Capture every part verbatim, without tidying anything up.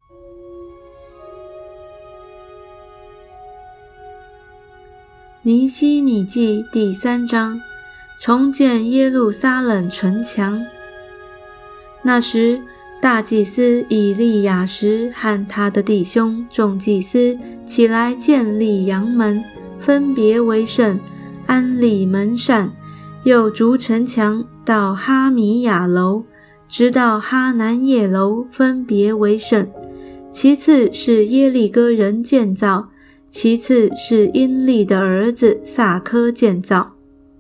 尼希米记第三章，重建耶路撒冷城墙。那时，大祭司以利亚实和他的弟兄众祭司起来建立阳门，分别为圣，安立门扇，又筑城墙到哈米亚楼，直到哈南叶楼，分别为圣。其次是耶利哥人建造，其次是因利的儿子撒科建造。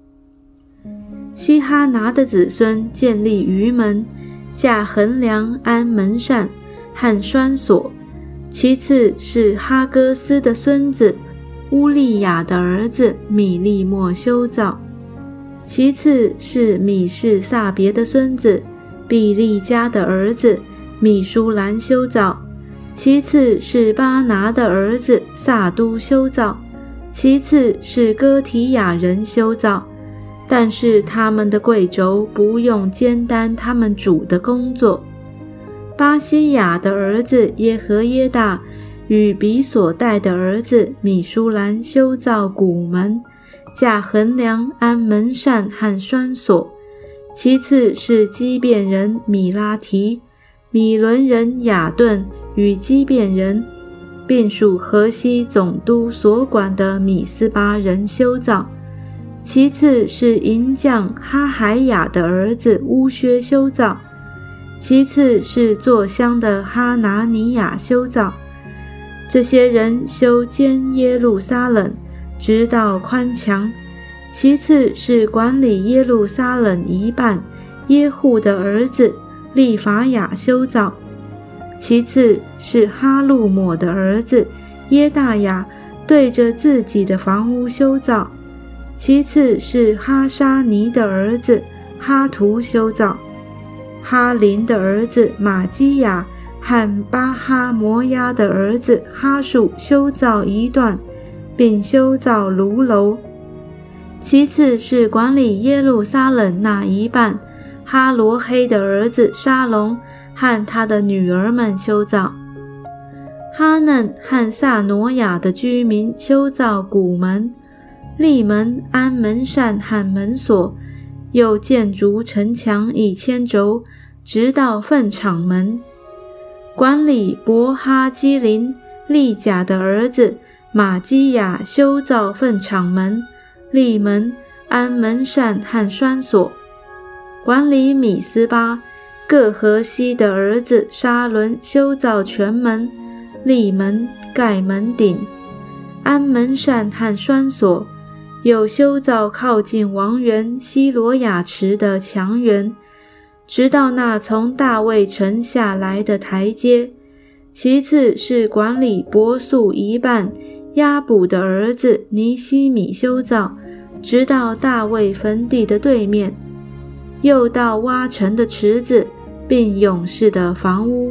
希哈拿的子孙建立鱼门，架横梁，安门扇和栓锁。其次是哈哥斯的孙子乌利亚的儿子米利莫修造。其次是米士撒别的孙子比利家的儿子米舒兰修造。其次是巴拿的儿子撒都修造。其次是哥提亚人修造，但是他们的贵胄不用肩担他们主的工作。巴西亚的儿子耶和耶大与比所带的儿子米舒兰修造谷门，架横梁，安门扇和栓锁。其次是基遍人米拉提、米伦人雅顿与基遍人，并属河西总督所管的米斯巴人修造。其次是银匠哈海雅的儿子乌薛修造。其次是作香的哈拿尼亚修造。这些人修坚耶路撒冷，直到宽墙。其次是管理耶路撒冷一半耶户的儿子利法雅修造。其次是哈路抹的儿子耶大雅对着自己的房屋修造。其次是哈沙尼的儿子哈图修造。哈林的儿子马基亚和巴哈摩亚的儿子哈树修造一段，并修造炉楼。其次是管理耶路撒冷那一半哈罗黑的儿子沙龙和他的女儿们修造。哈嫩和萨挪亚的居民修造谷门、立门、安门扇和门锁，又建筑城墙一千轴，直到粪场门。管理伯哈基林利甲的儿子马基亚修造粪场门、立门、安门扇和栓锁。管理米斯巴各河西的儿子沙伦修造全门、立门、盖门顶、安门扇和栓锁，又修造靠近王园西罗亚池的墙垣，直到那从大卫城下来的台阶。其次是管理伯素一半亚卜的儿子尼希米修造，直到大卫坟地的对面，又到挖城的池子，并勇士的房屋。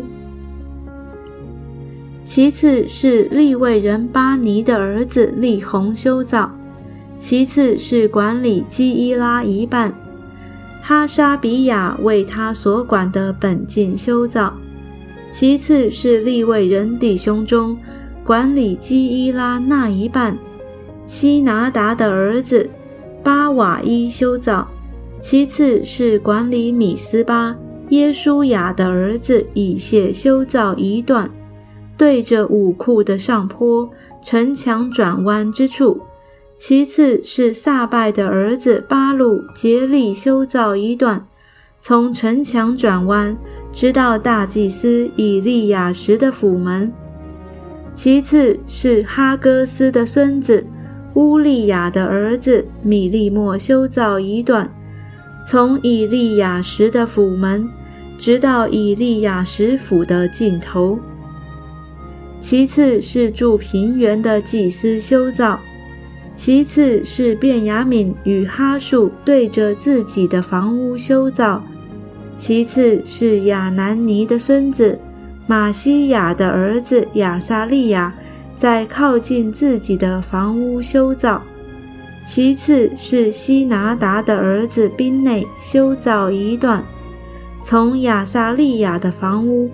其次是利未人巴尼的儿子利宏修造。其次是管理基伊拉一半，哈沙比亚为他所管的本境修造。其次是利未人弟兄中管理基伊拉那一半，希拿达的儿子巴瓦伊修造。其次是管理米斯巴耶书亚的儿子以谢修造一段，对着武库的上坡，城墙转弯之处。其次是撒拜的儿子巴路竭力修造一段，从城墙转弯，直到大祭司以利亚实的府门。其次是哈哥斯的孙子乌利亚的儿子米利莫修造一段，从以利亚实的府门，直到以利亚实府的尽头。其次是住平原的祭司修造。其次是便雅悯与哈树对着自己的房屋修造。其次是亚南尼的孙子马西亚的儿子亚撒利亚在靠近自己的房屋修造。其次是西拿达的儿子宾内修造一段，从亚撒利亚的房屋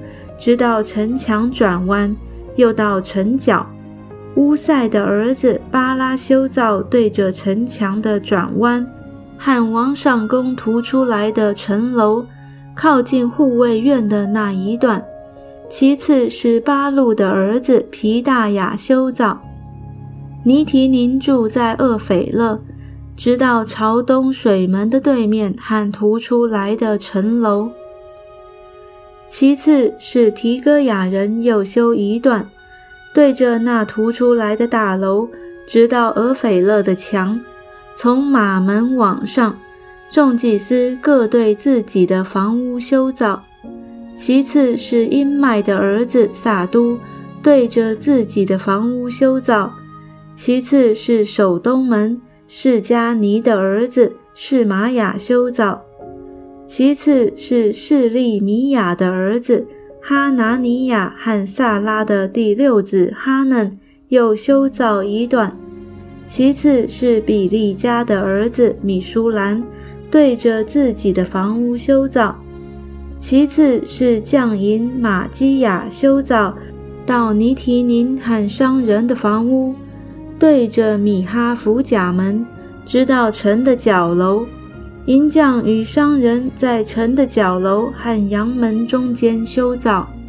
直到城墙转弯，又到城角。乌塞的儿子巴拉修造对着城墙的转弯和往上宫突出来的城楼，靠近护卫院的那一段。其次是巴路的儿子皮大雅修造。尼提宁住在厄斐勒，直到朝东水门的对面和突出来的城楼。其次是提哥雅人又修一段，对着那突出来的大楼，直到俄斐勒的墙，从马门往上，众祭司各对自己的房屋修造。其次是因麦的儿子撒都，对着自己的房屋修造。其次是守东门示迦尼的儿子示玛雅修造。其次是示利米亚的儿子哈拿尼亚和萨拉的第六子哈嫩又修造一段。其次是比利家的儿子米舒兰对着自己的房屋修造。其次是将营马基亚修造到尼提宁和商人的房屋，对着米哈弗甲门，直到城的角楼。营将与商人在城的角楼和阳门中间修造。